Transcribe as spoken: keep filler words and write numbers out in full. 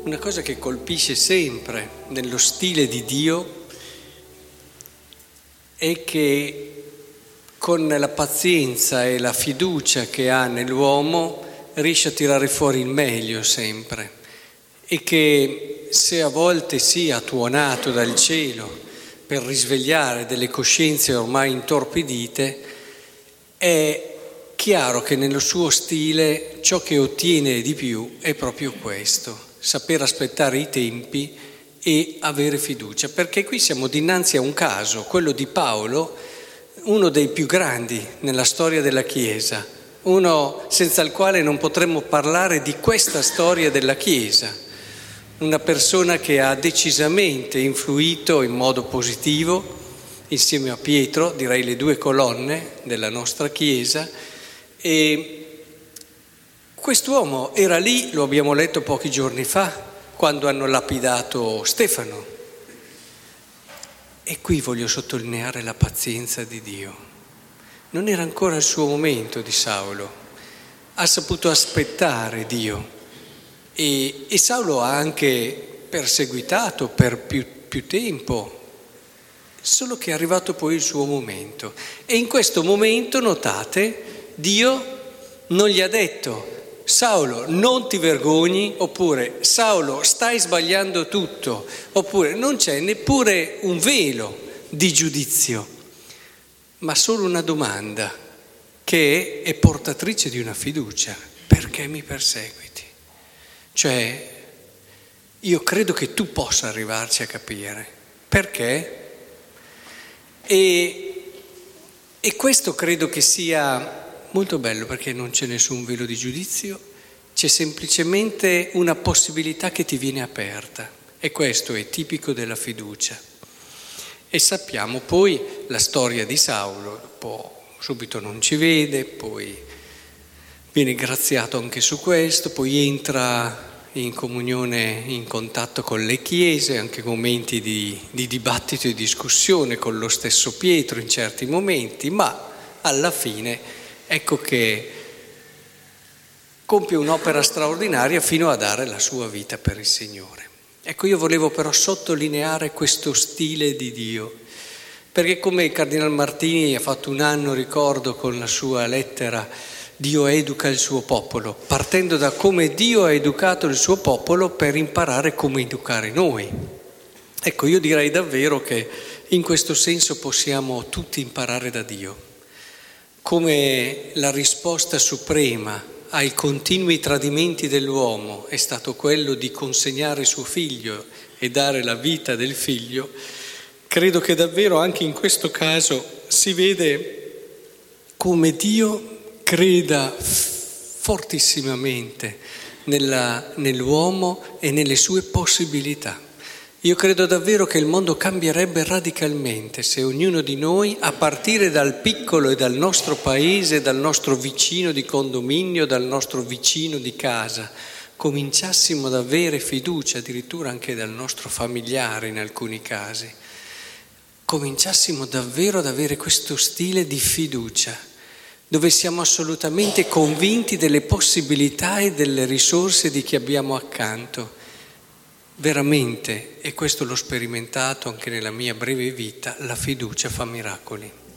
una cosa che colpisce sempre nello stile di Dio è che con la pazienza e la fiducia che ha nell'uomo riesce a tirare fuori il meglio sempre, e che se a volte sia tuonato dal cielo per risvegliare delle coscienze ormai intorpidite, è chiaro che nello suo stile ciò che ottiene di più è proprio questo: saper aspettare i tempi e avere fiducia, perché qui siamo dinanzi a un caso, quello di Paolo, uno dei più grandi nella storia della Chiesa, uno senza il quale non potremmo parlare di questa storia della Chiesa, una persona che ha decisamente influito in modo positivo insieme a Pietro, direi le due colonne della nostra Chiesa. E quest'uomo era lì, lo abbiamo letto pochi giorni fa, quando hanno lapidato Stefano. E qui voglio sottolineare la pazienza di Dio. Non era ancora il suo momento di Saulo, ha saputo aspettare Dio, e, e Saulo ha anche perseguitato per più, più tempo, solo che è arrivato poi il suo momento. E in questo momento, notate, Dio non gli ha detto: Saulo, non ti vergogni, oppure Saulo, stai sbagliando tutto, oppure non c'è neppure un velo di giudizio, ma solo una domanda che è portatrice di una fiducia: perché mi perseguiti? Cioè, io credo che tu possa arrivarci a capire perché, e, e questo credo che sia molto bello, perché non c'è nessun velo di giudizio, c'è semplicemente una possibilità che ti viene aperta, e questo è tipico della fiducia. E sappiamo poi la storia di Saulo, poi subito non ci vede, poi viene graziato anche su questo, poi entra in comunione, in contatto con le chiese, anche momenti di, di dibattito e discussione con lo stesso Pietro in certi momenti, ma alla fine ecco che compie un'opera straordinaria fino a dare la sua vita per il Signore. Ecco, io volevo però sottolineare questo stile di Dio, perché come il Cardinal Martini ha fatto un anno, ricordo, con la sua lettera Dio educa il suo popolo, partendo da come Dio ha educato il suo popolo per imparare come educare noi. Ecco, io direi davvero che in questo senso possiamo tutti imparare da Dio. Come la risposta suprema ai continui tradimenti dell'uomo è stato quello di consegnare suo figlio e dare la vita del figlio, credo che davvero anche in questo caso si vede come Dio creda fortissimamente nella, nell'uomo e nelle sue possibilità. Io credo davvero che il mondo cambierebbe radicalmente se ognuno di noi, a partire dal piccolo e dal nostro paese, dal nostro vicino di condominio, dal nostro vicino di casa, cominciassimo ad avere fiducia, addirittura anche dal nostro familiare in alcuni casi, cominciassimo davvero ad avere questo stile di fiducia, dove siamo assolutamente convinti delle possibilità e delle risorse di chi abbiamo accanto. Veramente, e questo l'ho sperimentato anche nella mia breve vita, la fiducia fa miracoli.